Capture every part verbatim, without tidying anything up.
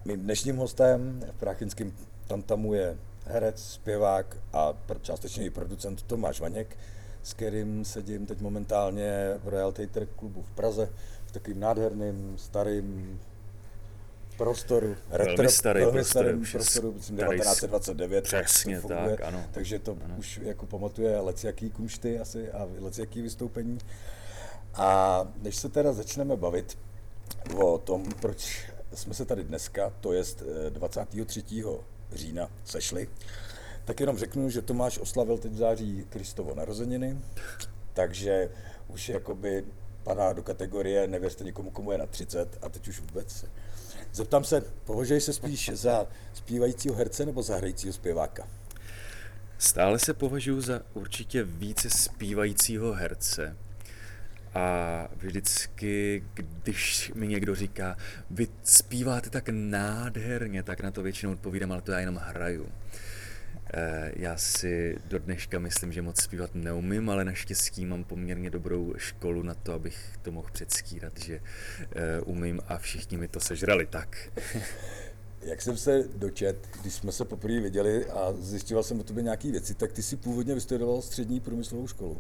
Mým dnešním hostem v Práchyňském Tantamu je herec, zpěvák a částečně i producent Tomáš Vaněk, s kterým sedím teď momentálně v Royal Theatre klubu v Praze, v takovým nádherným, starým prostoru. Retro, velmi starý velmi prostor, starým prostoru, myslím devatenáct set dvacet devět. Přesně to tak, ano. Takže to ano. Už jako pamatuje lecjaký kumšty asi a lecjaký vystoupení. A než se teda začneme bavit o tom, proč jsme se tady dneska, to jest dvacátého třetího října, sešli, tak jenom řeknu, že Tomáš oslavil teď v září Kristovo narozeniny, takže už jakoby padá do kategorie nevěřte nikomu, komu je na třicet, a teď už vůbec. Zeptám se, považuješ se spíš za zpívajícího herce nebo za hrajícího zpěváka? Stále se považuji za určitě více zpívajícího herce. A vždycky, když mi někdo říká, vy zpíváte tak nádherně, tak na to většinou odpovídám, ale to já jenom hraju. Já si do dneška myslím, že moc zpívat neumím, ale naštěstí mám poměrně dobrou školu na to, abych to mohl předstírat, že umím, a všichni mi to sežrali tak. Jak jsem se dočet, když jsme se poprvé viděli a zjišťoval jsem o tobě nějaké věci, tak ty si původně vystudoval střední průmyslovou školu.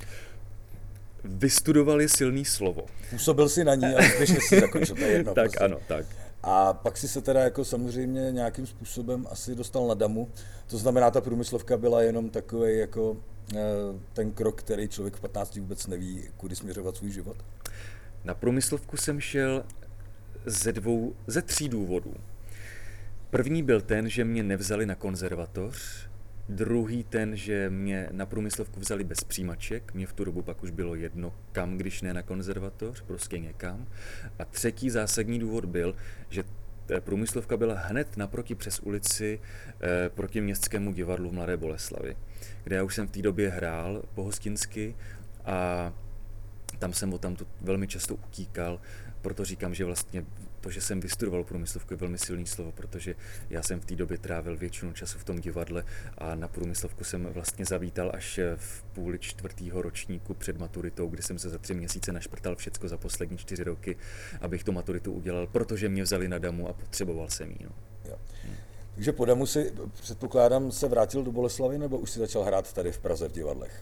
Vystudoval je silný slovo. Působil si na ní, ale úspěšně si zakončil, to je jedno. Tak prostě. ano, tak. A pak si se teda jako samozřejmě nějakým způsobem asi dostal na damu. To znamená, ta průmyslovka byla jenom takový jako ten krok, který člověk v patnácti vůbec neví, kudy směřovat svůj život. Na průmyslovku jsem šel ze dvou, ze tří důvodů. První byl ten, že mě nevzali na konzervatoř. Druhý ten, že mě na průmyslovku vzali bez přijímaček, mě v tu dobu pak už bylo jedno kam, když ne na konzervatoř, prostě někam. A třetí zásadní důvod byl, že průmyslovka byla hned naproti přes ulici eh, proti Městskému divadlu v Mladé Boleslavi, kde já už jsem v té době hrál pohostinsky a tam jsem o tamtud velmi často utíkal, proto říkám, že vlastně to, že jsem vystudoval průmyslovku, je velmi silný slovo, protože já jsem v té době trávil většinu času v tom divadle a na průmyslovku jsem vlastně zavítal až v půli čtvrtýho ročníku před maturitou, kdy jsem se za tři měsíce našprtal všecko za poslední čtyři roky, abych tu maturitu udělal, protože mě vzali na damu a potřeboval jsem ji. No. Jo. Hmm. Takže po damu si, předpokládám, se vrátil do Boleslavy, nebo už si začal hrát tady v Praze v divadlech?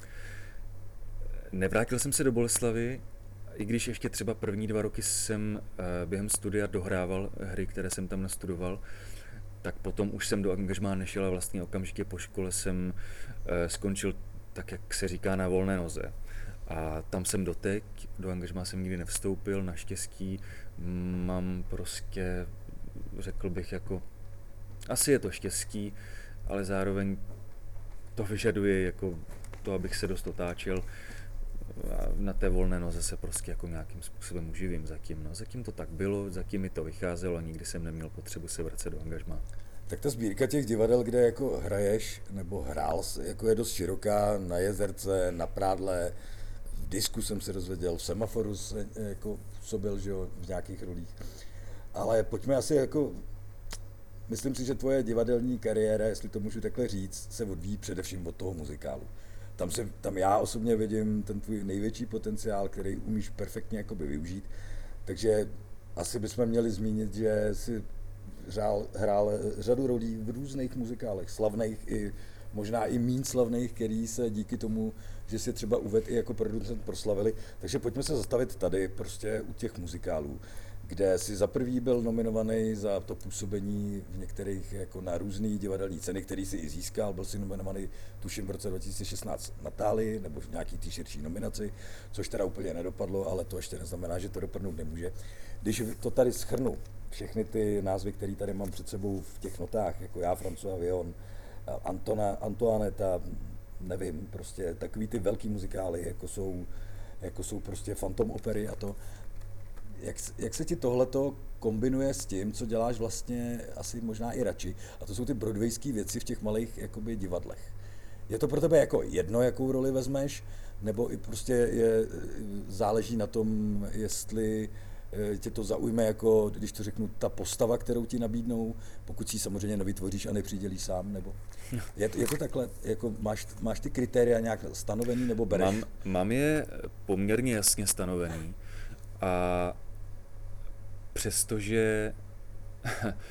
Nevrátil jsem se do Boleslavy, i když ještě třeba první dva roky jsem během studia dohrával hry, které jsem tam nastudoval, tak potom už jsem do angažmá nešel a vlastně okamžitě po škole jsem skončil tak, jak se říká, na volné noze. A tam jsem doteď, do angažmá jsem nikdy nevstoupil, naštěstí mám prostě, řekl bych, jako, asi je to štěstí, ale zároveň to vyžaduje jako to, abych se dost otáčel. A na té volné noze se prostě jako nějakým způsobem uživím zatím. No, zatím to tak bylo, zatím mi to vycházelo a nikdy jsem neměl potřebu se vracet do angažmá. Tak ta sbírka těch divadel, kde jako hraješ nebo hrál, jako je dost široká, na Jezerce, na Prádle, v Disku jsem se dozvěděl, v Semaforu se jako působil, že jo, v nějakých rolích. Ale pojďme asi jako, myslím si, že tvoje divadelní kariéra, jestli to můžu takhle říct, se odvíjí především od toho muzikálu. Tam, se, tam já osobně vidím ten tvůj největší potenciál, který umíš perfektně jakoby využít. Takže asi bychom měli zmínit, že jsi hrál, hrál řadu rolí v různých muzikálech, slavných i možná i míň slavných, který se díky tomu, že si třeba uvedl i jako producent, proslavili. Takže pojďme se zastavit tady prostě u těch muzikálů, kde si za prvý byl nominovaný za to působení v některých jako na různý divadelní ceny, který si i získal, byl si nominovaný tuším v roce dva tisíce šestnáct na Tálii, nebo v nějaký té širší nominaci, což teda úplně nedopadlo, ale to ještě neznamená, že to dopadnout nemůže. Když to tady shrnu, všechny ty názvy, které tady mám před sebou v těch notách, jako já, François Villon, Antona, Antoineta, nevím, prostě takový ty velký muzikály, jako jsou, jako jsou prostě Phantom opery a to. Jak, jak se ti tohleto kombinuje s tím, co děláš vlastně asi možná i radši, a to jsou ty broadwayské věci v těch malých jakoby divadlech. Je to pro tebe jako jedno, jakou roli vezmeš, nebo i prostě je, záleží na tom, jestli tě to zaujme, jako když to řeknu, ta postava, kterou ti nabídnou, pokud si ji samozřejmě nevytvoříš a nepřidělíš sám, nebo je, je to takhle, jako máš, máš ty kritéria nějak stanovený, nebo bereš? Mám, mám je poměrně jasně stanovený a přestože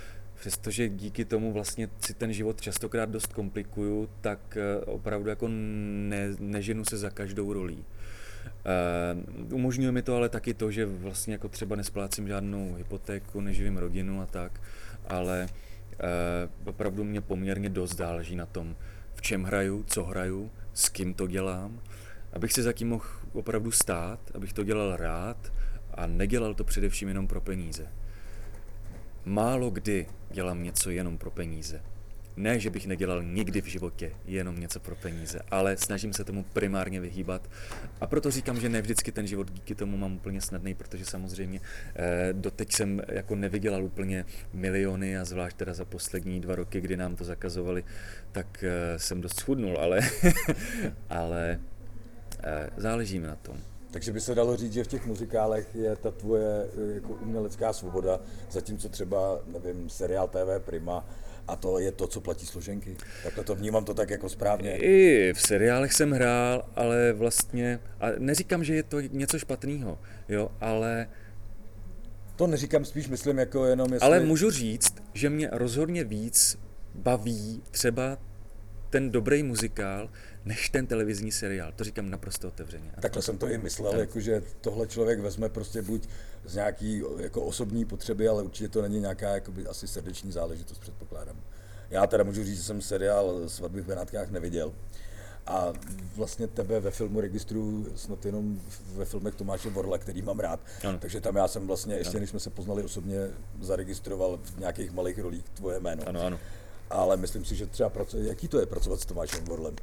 přestože díky tomu vlastně si ten život častokrát dost komplikuju, tak opravdu jako ne, neženu se za každou rolí. Uh, umožňuje mi to ale taky to, že vlastně jako třeba nesplácím žádnou hypotéku, neživím rodinu a tak, ale uh, opravdu mě poměrně dost záleží na tom, v čem hraju, co hraju, s kým to dělám, abych si zatím mohl opravdu stát, abych to dělal rád a nedělal to především jenom pro peníze. Málo kdy dělám něco jenom pro peníze. Ne, že bych nedělal nikdy v životě jenom něco pro peníze, ale snažím se tomu primárně vyhýbat. A proto říkám, že ne vždycky ten život díky tomu mám úplně snadný, protože samozřejmě eh, doteď jsem jako nevydělal úplně miliony a zvlášť teda za poslední dva roky, kdy nám to zakazovali, tak eh, jsem dost schudnul, ale, ale eh, záleží mi na tom. Takže by se dalo říct, že v těch muzikálech je ta tvoje jako umělecká svoboda, zatímco třeba, nevím, seriál T V Prima, a to je to, co platí složenky. Takhle to vnímám to tak jako správně. I v seriálech jsem hrál, ale vlastně, a neříkám, že je to něco špatného, jo, ale... To neříkám, spíš myslím jako jenom jestli... Ale můžu říct, že mě rozhodně víc baví třeba ten dobrý muzikál, než ten televizní seriál. To říkám naprosto otevřeně. Takhle jsem to i myslel, jakože tohle člověk vezme prostě buď z nějaký jako osobní potřeby, ale určitě to není nějaká jakoby, asi srdeční záležitost, předpokládám. Já teda můžu říct, že jsem seriál Svatby v Benátkách neviděl. A vlastně tebe ve filmu registruju snad jenom ve filmech Tomáše Vorla, který mám rád. Ano. Takže tam já jsem vlastně, ještě ano. než jsme se poznali osobně, zaregistroval v nějakých malých rolích tvoje jméno. Ano, ano. Ale myslím si, že třeba pracuje, jaký to je pracovat s Tomášem Vorlem?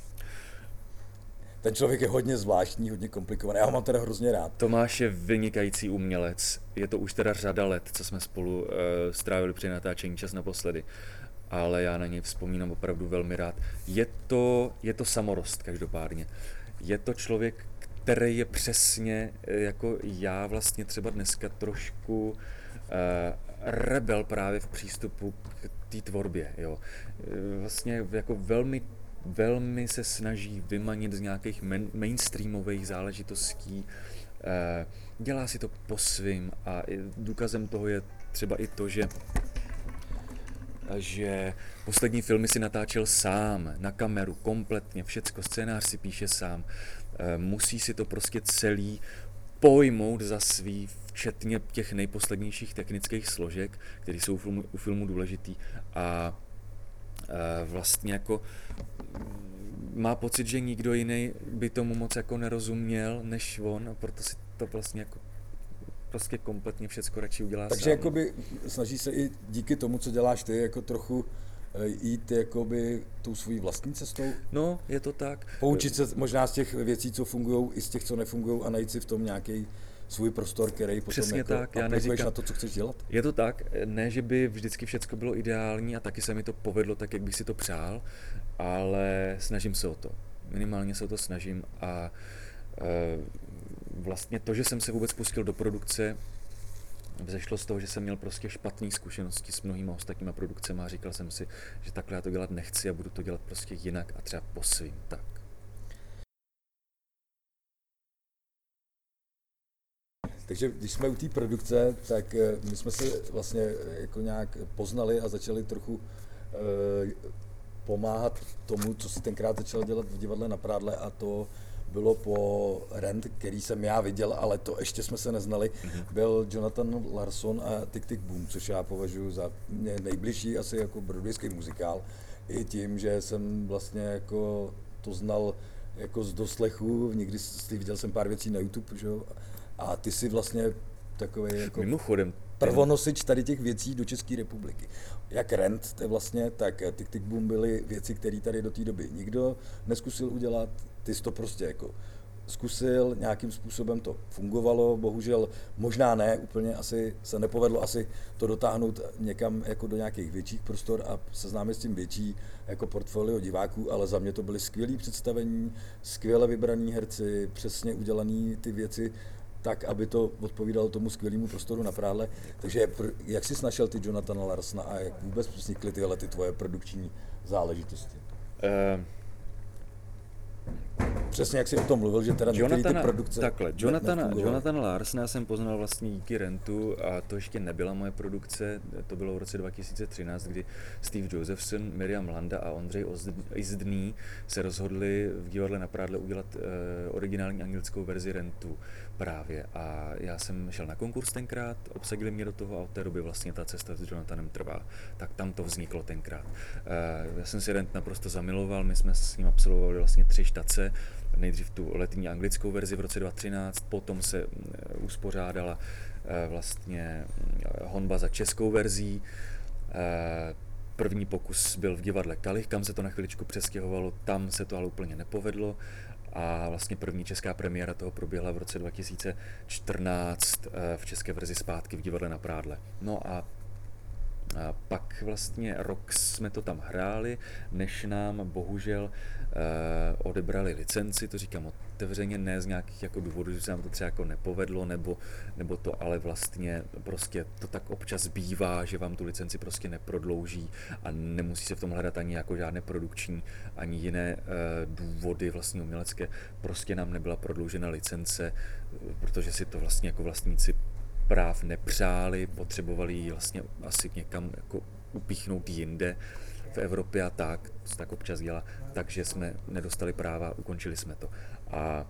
Ten člověk je hodně zvláštní, hodně komplikovaný. Já ho mám teda hrozně rád. Tomáš je vynikající umělec. Je to už teda řada let, co jsme spolu uh, strávili při natáčení čas naposledy. Ale já na něj vzpomínám opravdu velmi rád. Je to, je to samorost každopádně. Je to člověk, který je přesně jako já vlastně třeba dneska trošku uh, rebel právě v přístupu k té tvorbě. Jo. Vlastně jako velmi velmi se snaží vymanit z nějakých main, mainstreamových záležitostí, eh, dělá si to po svým a důkazem toho je třeba i to, že, že poslední filmy si natáčel sám, na kameru, kompletně, všecko, scénář si píše sám, eh, musí si to prostě celý pojmout za svý, včetně těch nejposlednějších technických složek, které jsou u filmu, u filmu důležitý a vlastně jako má pocit, že nikdo jiný by tomu moc jako nerozuměl než on a proto si to vlastně jako prostě kompletně všecko radši udělá Takže sám. jakoby snaží se i díky tomu, co děláš ty, jako trochu jít jakoby tou svojí vlastní cestou? No, je to tak. Poučit se možná z těch věcí, co fungují, i z těch, co nefungují a najít si v tom nějaký svůj prostor, který potom Přesně jako tak, já aplikuješ neříkám, na to, co chceš dělat? Je to tak, ne, že by vždycky všecko bylo ideální a taky se mi to povedlo tak, jak bych si to přál, ale snažím se o to. Minimálně se o to snažím a e, vlastně to, že jsem se vůbec pustil do produkce, vzešlo z toho, že jsem měl prostě špatné zkušenosti s mnohýma ostatníma produkcemi a říkal jsem si, že takhle já to dělat nechci a budu to dělat prostě jinak a třeba po svým. Tak. Takže když jsme u té produkce, tak my jsme se vlastně jako nějak poznali a začali trochu eh, pomáhat tomu, co si tenkrát začal dělat v divadle Na Prádle a to bylo po Rent, který jsem já viděl, ale to ještě jsme se neznali, mm-hmm. byl Jonathan Larson a Tick Tick Boom, což já považuji za mě nejbližší asi jako broadwayský muzikál. I tím, že jsem vlastně jako to znal jako z doslechu, někdy viděl jsem pár věcí na YouTube, že jo? A ty jsi vlastně takový jako mimochodem prvonosič tady těch věcí do České republiky. Jak Rent to vlastně, tak Tick Tick Boom byly věci, které tady do té doby nikdo neskusil udělat. Ty jsi to prostě jako zkusil, nějakým způsobem to fungovalo, bohužel možná ne, úplně asi se nepovedlo asi to dotáhnout někam jako do nějakých větších prostor a seznámit s tím větší jako portfolio diváků, ale za mě to byly skvělý představení, skvěle vybraný herci, přesně udělaný ty věci tak, aby to odpovídalo tomu skvělému prostoru Na Prádle. Takže jak jsi našel ty Jonathana Larsona a jak vůbec vznikly tyhle ty tvoje produkční záležitosti? Uh... přesně jak jsi o tom mluvil, že teda některé ty produkce takhle, Jonathan, Jonathan Larson já jsem poznal vlastně díky Rentu a to ještě nebyla moje produkce, to bylo v roce dva tisíce třináct, kdy Steve Josephson, Miriam Landa a Ondřej Izdný se rozhodli v divadle na Prádle udělat uh, originální anglickou verzi Rentu právě a já jsem šel na konkurs tenkrát, obsadili mě do toho a od té doby vlastně ta cesta s Jonathanem trvá, tak tam to vzniklo tenkrát. Uh, já jsem si Rent naprosto zamiloval, my jsme s ním absolvovali vlastně tři štace, nejdřív tu letní anglickou verzi v roce dva tisíce třináct, potom se uspořádala vlastně honba za českou verzí. První pokus byl v divadle Kalich, kam se to na chviličku přestěhovalo, tam se to ale úplně nepovedlo a vlastně první česká premiéra toho proběhla v roce dva tisíce čtrnáct v české verzi Zpátky v divadle na Prádle. No a A pak vlastně rok jsme to tam hráli, než nám bohužel eh, odebrali licenci, to říkám otevřeně, ne z nějakých jako důvodů, že se nám to třeba jako nepovedlo, nebo, nebo to ale vlastně prostě to tak občas bývá, že vám tu licenci prostě neprodlouží a nemusí se v tom hledat ani jako žádné produkční, ani jiné eh, důvody vlastně umělecké, prostě nám nebyla prodloužena licence, protože si to vlastně jako vlastníci práv nepřáli, potřebovali ji vlastně asi někam jako upíchnout jinde v Evropě a tak, to tak občas dělá, takže jsme nedostali práva, ukončili jsme to. A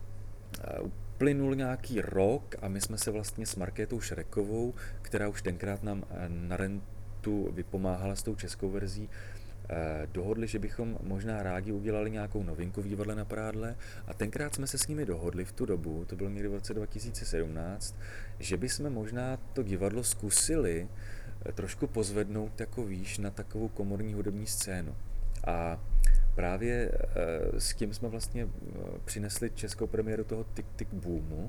uplynul nějaký rok a my jsme se vlastně s Markétou Šrekovou, která už tenkrát nám na Rentu vypomáhala s tou českou verzí, dohodli, že bychom možná rádi udělali nějakou novinku v divadle na Prádle a tenkrát jsme se s nimi dohodli v tu dobu, to bylo někdy v roce dva tisíce sedmnáct, že bychom možná to divadlo zkusili trošku pozvednout jako výš na takovou komorní hudební scénu. A právě s tím jsme vlastně přinesli českou premiéru toho Tik Tik Boomu.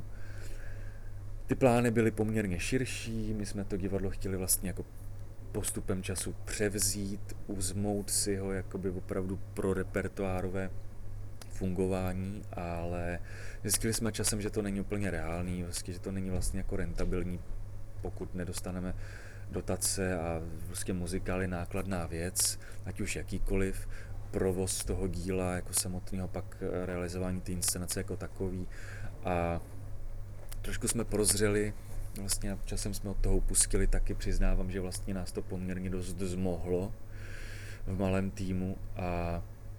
Ty plány byly poměrně širší, my jsme to divadlo chtěli vlastně jako postupem času převzít, uzmout si ho jakoby opravdu pro repertoárové fungování, ale zjistili jsme časem, že to není úplně reálný, vlastně, že to není vlastně jako rentabilní, pokud nedostaneme dotace a prostě muzikál je nákladná věc, ať už jakýkoliv, provoz toho díla jako samotného, pak realizování té inscenace jako takový a trošku jsme prozřeli, vlastně časem jsme od toho upustili, taky přiznávám, že vlastně nás to poměrně dost zmohlo v malém týmu a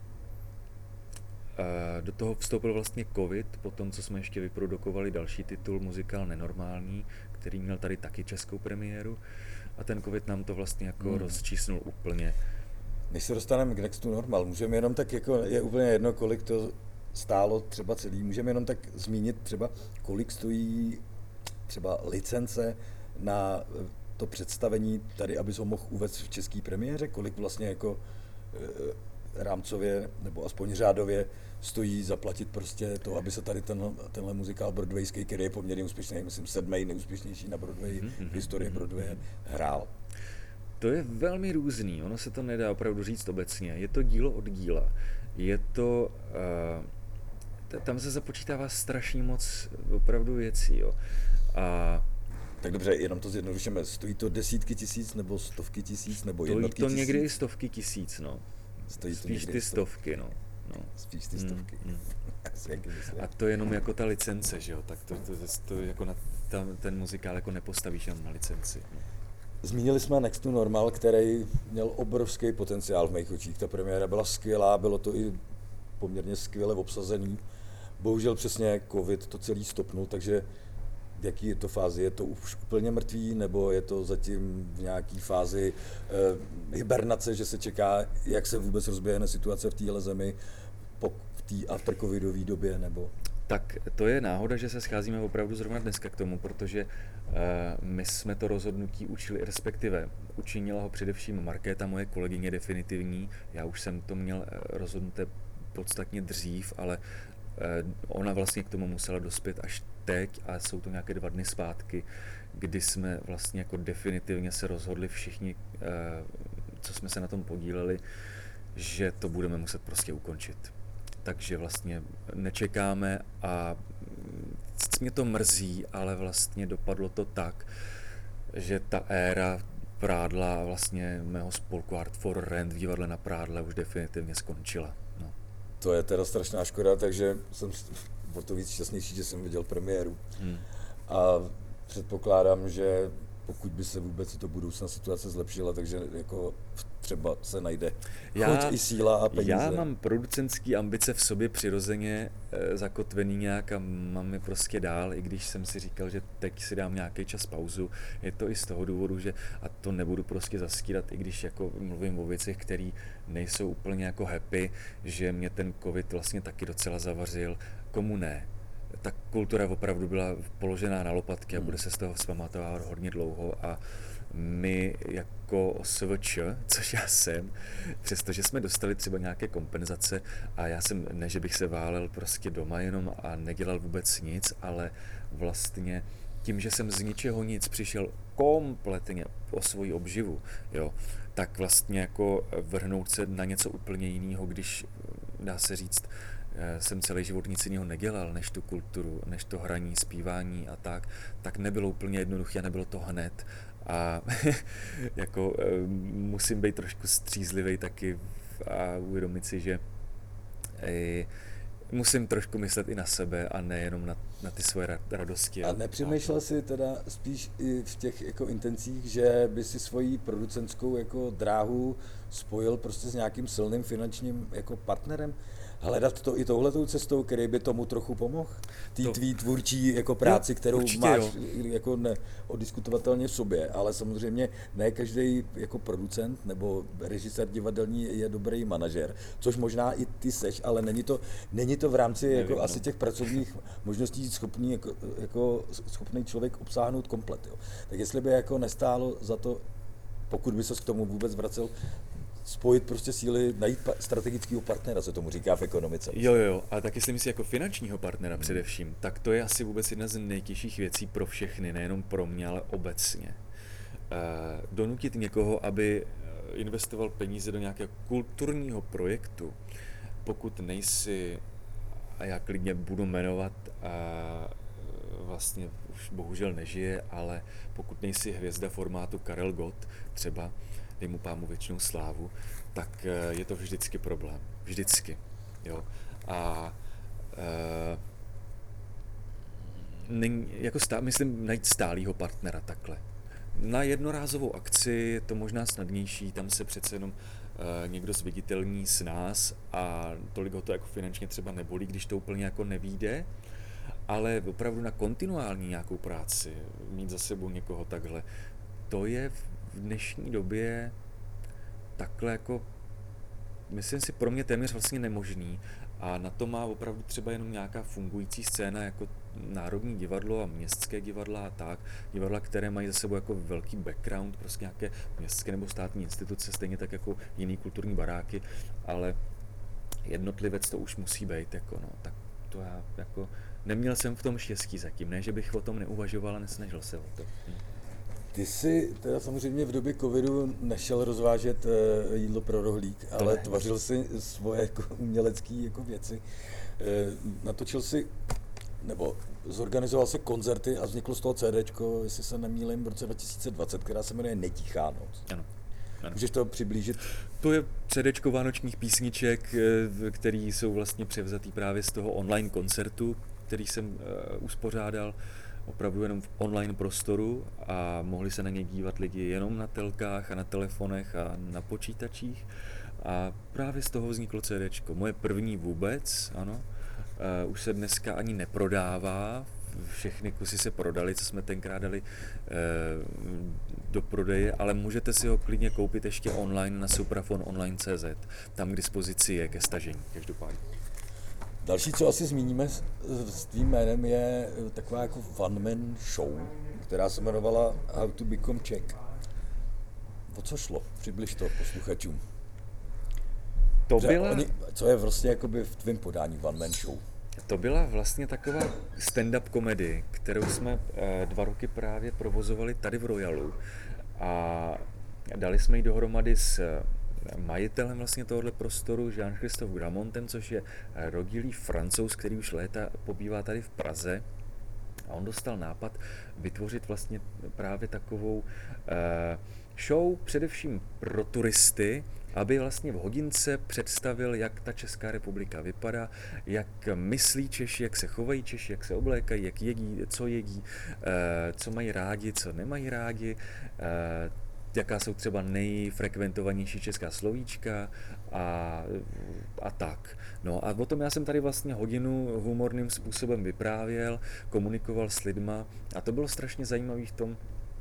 do toho vstoupil vlastně covid, po tom, co jsme ještě vyprodukovali další titul, muzikál Nenormální, který měl tady taky českou premiéru a ten covid nám to vlastně jako hmm. rozčísnul úplně. Než se dostaneme k Next to Normal, můžeme jenom tak jako, je úplně jedno, kolik to stálo třeba celý, můžeme jenom tak zmínit třeba, kolik stojí třeba licence na to představení tady, aby ho mohl uvést v české premiéře, kolik vlastně jako e, rámcově nebo aspoň řádově stojí zaplatit prostě to, aby se tady tenhle, tenhle muzikál broadwayský, který je poměrně úspěšný, myslím sedmý nejúspěšnější na Broadway, mm-hmm. v historii Broadwaye, hrál. To je velmi různý, ono se to nedá opravdu říct obecně, je to dílo od díla, je to, uh, tam se započítává strašně moc opravdu věcí, jo. A tak dobře, jenom to zjednodušíme, stojí to desítky tisíc, nebo stovky tisíc, nebo jednotky tisíc? Stojí to někdy i stovky tisíc, no. Stojí to Spíš ty stovky, no. no. Spíš ty stovky. Mm, mm. A to jenom jako ta licence, že jo, tak to, to, to, to jako na, tam, ten muzikál jako nepostavíš jenom na licenci. No. Zmínili jsme Next to Normal, který měl obrovský potenciál v mých očích. Ta premiéra byla skvělá, bylo to i poměrně skvěle obsazený. Bohužel přesně covid to celý stopnul, takže v jaký je to fázi? Je to už úplně mrtvý, nebo je to zatím v nějaké fázi eh, hibernace, že se čeká, jak se vůbec rozběhne situace v téhle zemi po, v té aftercovidové době, nebo? Tak to je náhoda, že se scházíme opravdu zrovna dneska k tomu, protože uh, my jsme to rozhodnutí učili, respektive učinila ho především Markéta, moje kolegyně definitivní, já už jsem to měl rozhodnuté podstatně dřív, ale uh, ona vlastně k tomu musela dospět až teď a jsou to nějaké dva dny zpátky, kdy jsme vlastně jako definitivně se rozhodli všichni, uh, co jsme se na tom podíleli, že to budeme muset prostě ukončit. Takže vlastně nečekáme a mě to mrzí, ale vlastně dopadlo to tak, že ta éra Prádla a vlastně mého spolku Art for Rent v divadle na Prádle už definitivně skončila. No. to je teda strašná škoda, takže jsem o to víc šťastnější, že jsem viděl premiéru. Hmm. A předpokládám, že pokud by se vůbec do budoucna situace zlepšila, takže jako třeba se najde já, chuť i síla a peníze. Já mám producentský ambice v sobě přirozeně e, zakotvený nějak a mám je prostě dál, i když jsem si říkal, že teď si dám nějaký čas pauzu. Je to i z toho důvodu, že a to nebudu prostě zastírat, i když jako mluvím o věcech, které nejsou úplně jako happy, že mě ten covid vlastně taky docela zavařil. Komu ne? Ta kultura opravdu byla položená na lopatky a bude se z toho vzpamatovat hodně dlouho a my jako O S V Č, což já jsem, přestože jsme dostali třeba nějaké kompenzace a já jsem, ne že bych se válel prostě doma jenom a nedělal vůbec nic, ale vlastně tím, že jsem z ničeho nic přišel kompletně o svoji obživu, jo, tak vlastně jako vrhnout se na něco úplně jiného, když dá se říct, jsem celý život nic jiného nedělal, než tu kulturu, než to hraní, zpívání a tak, tak nebylo úplně jednoduché a nebylo to hned. A jako musím být trošku střízlivý taky a uvědomit si, že musím trošku myslet i na sebe a nejenom na, na ty svoje radosti. A nepřemýšlel jsi teda spíš i v těch jako intencích, že by si svoji producentskou jako dráhu spojil prostě s nějakým silným finančním jako partnerem? Hledat to i touhletou cestou, který by tomu trochu pomohl? Tý to... tvý tvůrčí jako práci, jo, kterou máš jo. jako neodiskutovatelně v sobě, ale samozřejmě ne každý jako producent nebo režisér divadelní je dobrý manažer, což možná i ty seš, ale není to, není to v rámci Nevím, jako no. asi těch pracovních možností schopný, jako, jako schopný člověk obsáhnout komplet. Jo. Tak jestli by jako nestálo za to, pokud by se k tomu vůbec vracel, spojit prostě síly, najít pa- strategického partnera, se tomu říká v ekonomice. Jo, jo, a tak jestli myslíš jako finančního partnera především, tak to je asi vůbec jedna z nejtěžších věcí pro všechny, nejenom pro mě, ale obecně. E, donutit někoho, aby investoval peníze do nějakého kulturního projektu, pokud nejsi, a já klidně budu jmenovat, a vlastně už bohužel nežije, ale pokud nejsi hvězda formátu Karel Gott třeba, dej mu pámu věčnou slávu, tak je to vždycky problém. Vždycky. Jo. A e, není, jako stá, myslím najít stálýho partnera takhle. Na jednorázovou akci je to možná snadnější, tam se přece jenom e, někdo zviditelní s nás a tolik ho to jako finančně třeba nebolí, když to úplně jako nevyjde, ale opravdu na kontinuální nějakou práci, mít za sebou někoho takhle, to je v dnešní době takhle jako, myslím si, pro mě téměř vlastně nemožný a na to má opravdu třeba jenom nějaká fungující scéna jako Národní divadlo a městské divadla a tak, divadla, které mají za sebou jako velký background, prostě nějaké městské nebo státní instituce, stejně tak jako jiný kulturní baráky, ale jednotlivec to už musí být, jako no, tak to já jako, neměl jsem v tom štěstí zatím, ne, že bych o tom neuvažoval a nesnažil se o to. Hm. Ty jsi teda samozřejmě v době covidu nešel rozvážet e, jídlo pro rohlík, to ale ne. Tvořil si svoje jako umělecké jako věci. E, natočil si, nebo zorganizoval se koncerty a vzniklo z toho CDčko, jestli se nemýlím, v roce dva tisíce dvacet, která se jmenuje Netichá noc. Ano. Ano. Můžeš to přiblížit? To je CDčko vánočních písniček, které jsou vlastně převzatý právě z toho online koncertu, který jsem uh, uspořádal opravdu jenom v online prostoru a mohli se na něj dívat lidi jenom na telkách a na telefonech a na počítačích a právě z toho vzniklo CDčko. Moje první vůbec, ano, uh, už se dneska ani neprodává, všechny kusy se prodaly, co jsme tenkrát dali uh, do prodeje, ale můžete si ho klidně koupit ještě online na suprafon online tečka cé zet, tam k dispozici je ke stažení, každopádně. Další, co asi zmíníme s, s tvým jménem, je taková jako one-man show, která se jmenovala How to Become Czech. O co šlo? Přibliž to posluchačům. To byla... Oni, co je vlastně jakoby v tvém podání one-man show? To byla vlastně taková stand-up komedie, kterou jsme eh, dva roky právě provozovali tady v Royalu a dali jsme ji dohromady s majitelem vlastně tohoto prostoru, Jean-Christophe Gramontem, což je rodilý Francouz, který už léta pobývá tady v Praze. A on dostal nápad vytvořit vlastně právě takovou eh, show především pro turisty, aby vlastně v hodince představil, jak ta Česká republika vypadá, jak myslí Češi, jak se chovají Češi, jak se oblékají, jak jedí, co jedí, co mají rádi, co nemají rádi, jaká jsou třeba nejfrekventovanější česká slovíčka a, a tak. No a o tom já jsem tady vlastně hodinu humorným způsobem vyprávěl, komunikoval s lidma a to bylo strašně zajímavé v tom,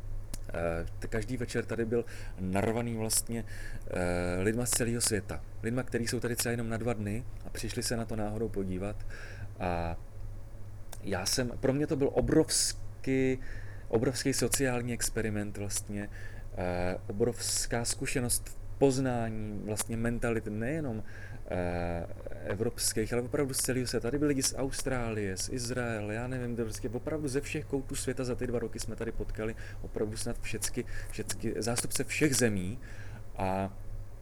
každý večer tady byl narvaný vlastně lidma z celého světa. Lidma, kteří jsou tady třeba jenom na dva dny a přišli se na to náhodou podívat. A já jsem, pro mě to byl obrovský, obrovský sociální experiment vlastně, obrovská zkušenost v poznání vlastně mentality nejenom evropských, ale opravdu z celého světa. Tady byli lidi z Austrálie, z Izraele, já nevím, prostě opravdu ze všech koutů světa za ty dva roky jsme tady potkali opravdu snad všecky, všecky zástupce všech zemí a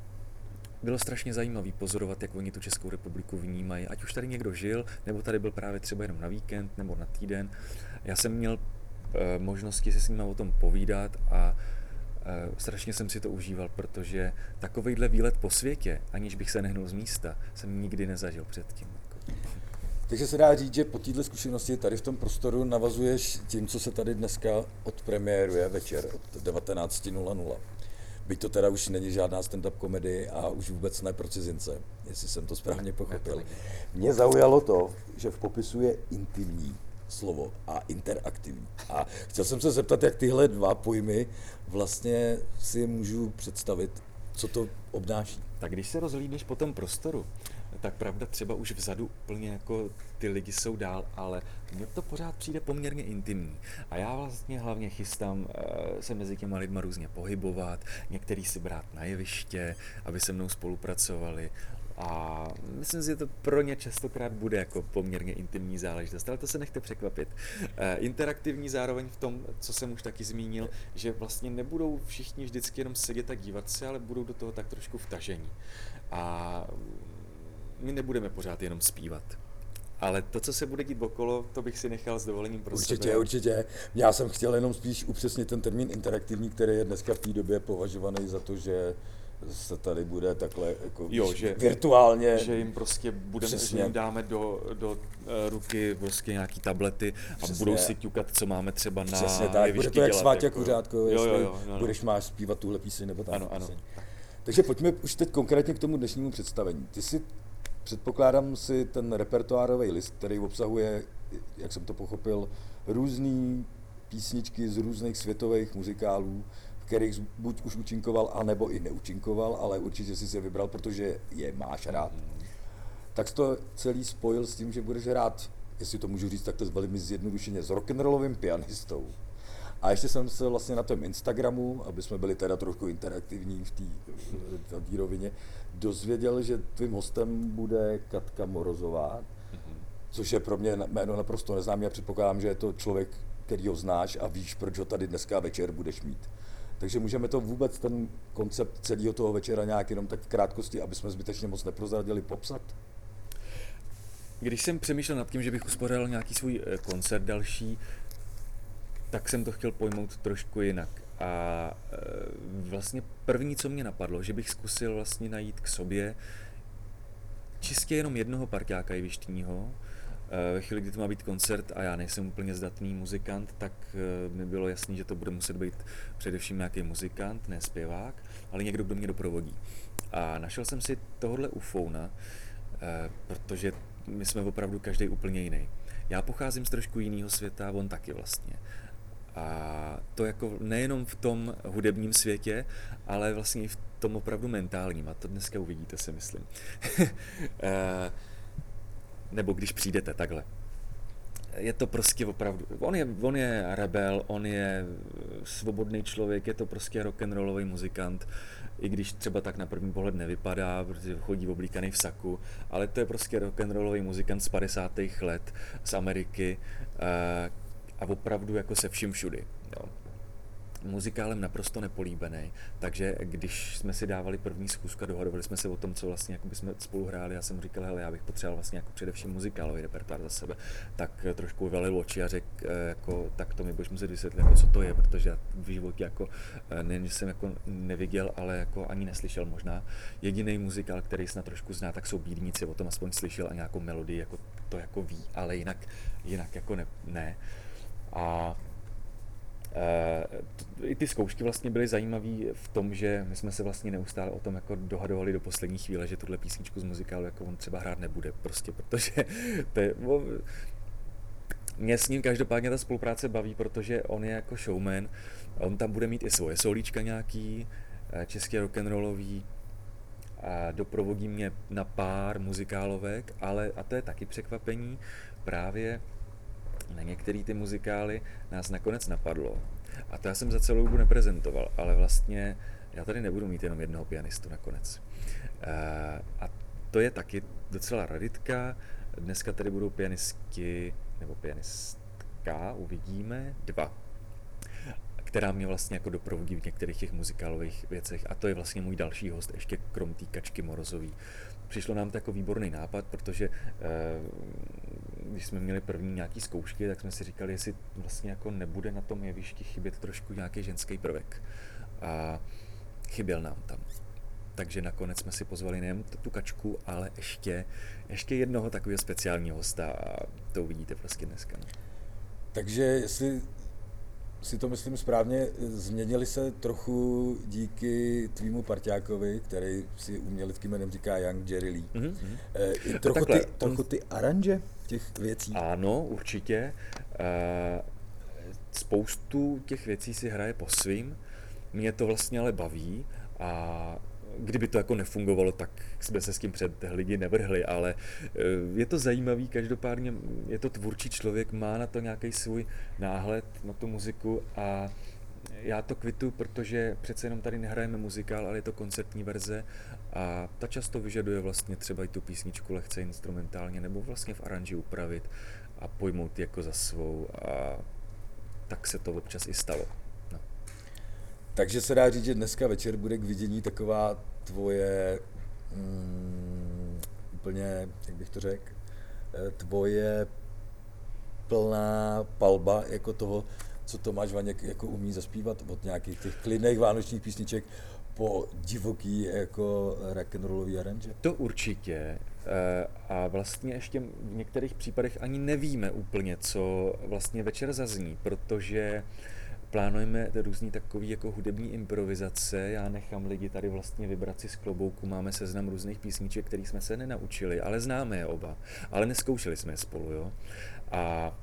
bylo strašně zajímavý pozorovat, jak oni tu Českou republiku vnímají, ať už tady někdo žil, nebo tady byl právě třeba jenom na víkend nebo na týden. Já jsem měl e, možnosti se s nimi o tom povídat a Uh, strašně jsem si to užíval, protože takovejhle výlet po světě, aniž bych se nehnul z místa, jsem nikdy nezažil předtím. Takže se dá říct, že po této zkušenosti tady v tom prostoru navazuješ tím, co se tady dneska odpremiéruje večer od devatenáct nula nula. Byť to teda už není žádná stand-up komedie a už vůbec ne pro cizince, jestli jsem to správně pochopil. Mě zaujalo to, že v popisu je intimní slovo a interaktivní. A chtěl jsem se zeptat, jak tyhle dva pojmy vlastně si můžu představit, co to obnáší. Tak když se rozhlídneš po tom prostoru, tak pravda třeba už vzadu úplně jako ty lidi jsou dál, ale mně to pořád přijde poměrně intimní. A já vlastně hlavně chystám se mezi těma lidma různě pohybovat, některý si brát na jeviště, aby se mnou spolupracovali. A myslím si, že to pro ně častokrát bude jako poměrně intimní záležitost, ale to se nechte překvapit. E, interaktivní zároveň v tom, co jsem už taky zmínil, že vlastně nebudou všichni vždycky jenom sedět a dívat se, ale budou do toho tak trošku vtažení. A my nebudeme pořád jenom zpívat. Ale to, co se bude dít okolo, to bych si nechal s dovolením pro určitě, sebe. Určitě, určitě. Já jsem chtěl jenom spíš upřesnit ten termín interaktivní, který je dneska v té době považovaný za to, že se tady bude takhle jako jo, že, virtuálně. Že jim prostě budeme, že jim dáme do, do uh, ruky prostě nějaký tablety a přesně. Budou si ťukat, co máme třeba na přesně tak, bude to jak Sváťa jako, Kuřátko, jo, jestli jo, jo, no, budeš máš zpívat tuhle píseň nebo tam. Ano, ano. Takže pojďme už teď konkrétně k tomu dnešnímu představení. Ty si, předpokládám si ten repertoárový list, který obsahuje, jak jsem to pochopil, různý písničky z různých světových muzikálů, kterých buď už účinkoval, anebo i neúčinkoval, ale určitě si se vybral, protože je máš rád. Mm. Tak to celý spojil s tím, že budeš hrát, jestli to můžu říct takto velmi zjednodušeně, s rock'n'rollovým pianistou. A ještě jsem se vlastně na tom Instagramu, aby jsme byli teda trošku interaktivní v té rovině, dozvěděl, že tvým hostem bude Katka Morozová, mm-hmm. což je pro mě jméno naprosto neznámé. Já předpokládám, že je to člověk, který ho znáš a víš, proč ho tady dneska večer budeš mít. Takže můžeme to vůbec, ten koncept celého toho večera nějak jenom tak v krátkosti, aby jsme zbytečně moc neprozradili, popsat? Když jsem přemýšlel nad tím, že bych uspořádal nějaký svůj koncert další, tak jsem to chtěl pojmout trošku jinak. A vlastně první, co mě napadlo, že bych zkusil vlastně najít k sobě čistě jenom jednoho parťáka jevištního. Ve chvíli, kdy to má být koncert a já nejsem úplně zdatný muzikant, tak mi bylo jasný, že to bude muset být především nějaký muzikant, ne zpěvák, ale někdo, kdo mě doprovodí. A našel jsem si tohohle ufouna, protože my jsme opravdu každý úplně jiný. Já pocházím z trošku jiného světa, on taky vlastně. A to jako nejenom v tom hudebním světě, ale vlastně i v tom opravdu mentálním. A to dneska uvidíte, si myslím. Nebo když přijdete takhle. Je to prostě opravdu, on je, on je rebel, on je svobodný člověk, je to prostě rock'n'rollový muzikant, i když třeba tak na první pohled nevypadá, protože chodí oblíkaný v saku, ale to je prostě rock'n'rollový muzikant z padesátých let z Ameriky a opravdu jako se vším všudy. Jo. muzikálem naprosto nepolíbený, takže když jsme si dávali první schůzku a dohadovali jsme se o tom, co vlastně jako jsme spolu hráli, já jsem mu říkal, hele, já bych potřeboval vlastně jako především muzikálový repertoár za sebe, tak trošku vyvalil oči a řekl, jako, tak to mi budeš muset vysvětlit, jako, co to je, protože já v životě jako, nejen, že jsem jako neviděl, ale jako ani neslyšel možná. Jediný muzikál, který snad trošku zná, tak jsou Bídníci, o tom aspoň slyšel a nějakou melodii, jako to jako ví, ale jinak, jinak jako ne. ne. A Uh, i ty zkoušky vlastně byly zajímavé v tom, že my jsme se vlastně neustále o tom jako dohadovali do poslední chvíle, že tuhle písničku z muzikálu jako on třeba hrát nebude, prostě, protože to je, o, mě s ním každopádně ta spolupráce baví, protože on je jako showman, on tam bude mít i svoje solíčka nějaký, české rock'n'rollový, a doprovodí mě na pár muzikálovek, ale, a to je taky překvapení, právě na některé ty muzikály nás nakonec napadlo. A to já jsem za celou dobu neprezentoval, ale vlastně já tady nebudu mít jenom jednoho pianistu nakonec. A to je taky docela raritka. Dneska tady budou pianistky, nebo pianistka, uvidíme, dva, která mě vlastně jako doprovodí v některých těch muzikálových věcech. A to je vlastně můj další host, ještě krom té Kačky Morozový. Přišlo nám to jako výborný nápad, protože když jsme měli první nějaký zkoušky, tak jsme si říkali, jestli vlastně jako nebude na tom jevišti chybět trošku nějaký ženský prvek. A chyběl nám tam. Takže nakonec jsme si pozvali nejen tu Kačku, ale ještě, ještě jednoho takového speciálního hosta a to uvidíte prostě dneska. No. Takže jestli si to myslím správně, změnili se trochu díky tvýmu parťákovi, který si uměleckým jménem říká Young Jerry Lee. Mm-hmm. E, trochu, takhle, ty, trochu ty aranže těch věcí? Ano, určitě. E, spoustu těch věcí si hraje po svým. Mě to vlastně ale baví a kdyby to jako nefungovalo, tak jsme se s tím před lidi nevrhli, ale je to zajímavý, každopádně je to tvůrčí člověk, má na to nějaký svůj náhled na tu muziku a já to kvitu, protože přece jenom tady nehrajeme muzikál, ale je to koncertní verze a ta často vyžaduje vlastně třeba i tu písničku lehce instrumentálně nebo vlastně v aranži upravit a pojmout jako za svou a tak se to občas i stalo. No. Takže se dá říct, že dneska večer bude k vidění taková tvoje mm, úplně, jak bych to řekl, tvoje plná palba jako toho, co Tomáš Vaněk jako umí zaspívat od nějakých těch klidných vánočních písniček po divoký jako rock'n'rollový aranže? To určitě. A vlastně ještě v některých případech ani nevíme úplně, co vlastně večer zazní, protože plánujeme různý takový jako hudební improvizace, já nechám lidi tady vlastně vybrat si z klobouku, máme seznam různých písniček, který jsme se nenaučili, ale známe je oba, ale neskoušeli jsme je spolu, jo. A, a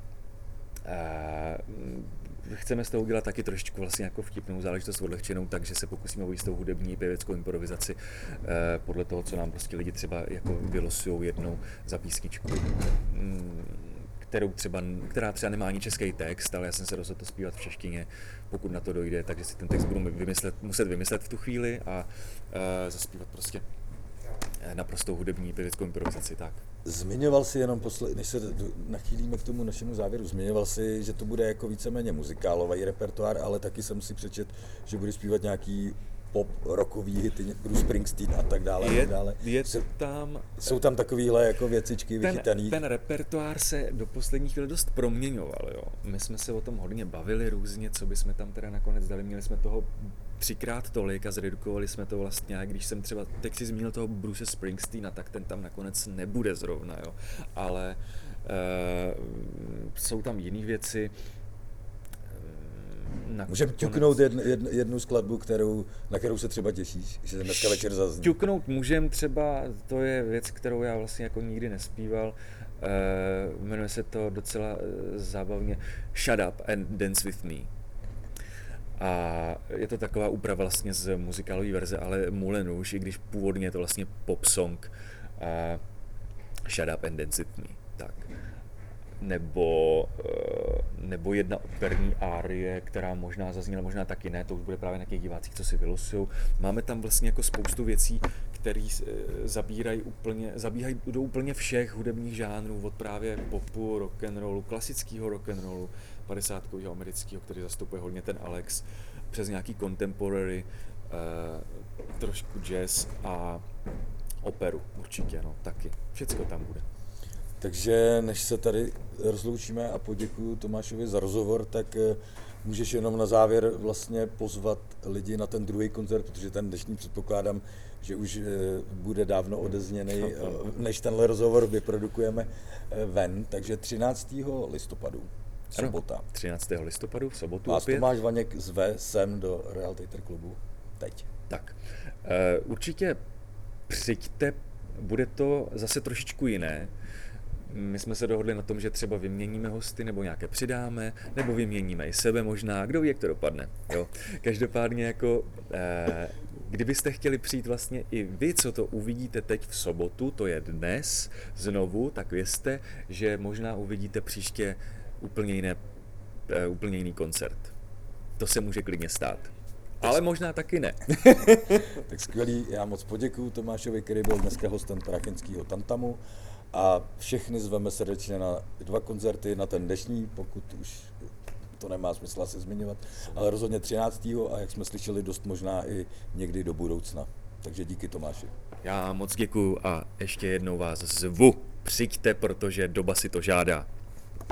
chceme z toho udělat taky trošičku vlastně jako vtipnou záležitost odlehčenou, takže se pokusíme o jistou hudební pěveckou improvizaci eh, podle toho, co nám prostě lidi třeba jako vylosujou jednou za písničku. Mm, kterou třeba, která třeba nemá ani český text, ale já jsem se rozhodl to zpívat v češtině, pokud na to dojde, takže si ten text budu vymyslet, muset vymyslet v tu chvíli a uh, zaspívat prostě naprostou hudební pěveckou improvizaci, tak. Zmiňoval jsi jenom, posle, než se nachýlíme k tomu našemu závěru, zmiňoval jsi, že to bude jako víceméně muzikálový repertoár, ale taky jsem si přečet, že bude zpívat nějaký pop, rockový hity, Bruce Springsteen a tak dále. Je, tak dále. je tam, jsou tam takovýhle jako věcičky ten, vychytaný. Ten repertoár se do poslední chvíle dost proměňoval, jo. My jsme se o tom hodně bavili různě, co bychom tam teda nakonec dali. Měli jsme toho třikrát tolik a zredukovali jsme to vlastně, a když jsem třeba, teď si zmínil toho Bruce Springsteena, tak ten tam nakonec nebude zrovna, jo. Ale uh, jsou tam jiné věci. Můžeme ťuknout jednu, jednu, jednu skladbu, kterou, na kterou se třeba těšíš, že se dneska večer zazní. Ťuknout můžem třeba, to je věc, kterou já vlastně jako nikdy nespíval. Uh, jmenuje se to docela uh, zábavně Shut Up and Dance With Me. A je to taková úprava vlastně z muzikálové verze, ale Moulin Rouge, i když původně je to vlastně pop song. Uh, Shut Up and Dance With Me. Tak. Nebo, nebo jedna operní árie, která možná zazněla, možná taky ne, to už bude právě na těch divácích, co si vylosujou. Máme tam vlastně jako spoustu věcí, které zabírají úplně, zabíhají do úplně všech hudebních žánrů, od právě popu, rock'n'rollu, klasického rock'n'rollu, padesátkového amerického, který zastupuje hodně ten Alex, přes nějaký contemporary, uh, trošku jazz a operu určitě, no, taky. Všecko tam bude. Takže než se tady rozloučíme a poděkuju Tomášovi za rozhovor, tak můžeš jenom na závěr vlastně pozvat lidi na ten druhý koncert, protože ten dnešní předpokládám, že už bude dávno odezněný, než tenhle rozhovor vyprodukujeme ven, takže třináctého listopadu, sobota. Ano, třináctého listopadu, v sobotu Vás opět. Tomáš Vaněk zve sem do Real Theatre klubu teď. Tak, uh, určitě přijďte, bude to zase trošičku jiné. My jsme se dohodli na tom, že třeba vyměníme hosty, nebo nějaké přidáme, nebo vyměníme i sebe možná, kdo ví, jak to dopadne. Jo. Každopádně jako, eh, kdybyste chtěli přijít vlastně i vy, co to uvidíte teď v sobotu, to je dnes znovu, tak vězte, že možná uvidíte příště úplně, jiné, eh, úplně jiný koncert. To se může klidně stát. Ale možná taky ne. Tak skvělý, já moc poděkuju Tomášovi, který byl dneska hostem Prachenského Tantamu. A všechny zveme srdečně na dva koncerty, na ten dnešní, pokud už to nemá smysl asi zmiňovat, ale rozhodně třináctého a jak jsme slyšeli, dost možná i někdy do budoucna. Takže díky Tomáši. Já moc děkuju a ještě jednou vás zvu. Přijďte, protože doba si to žádá.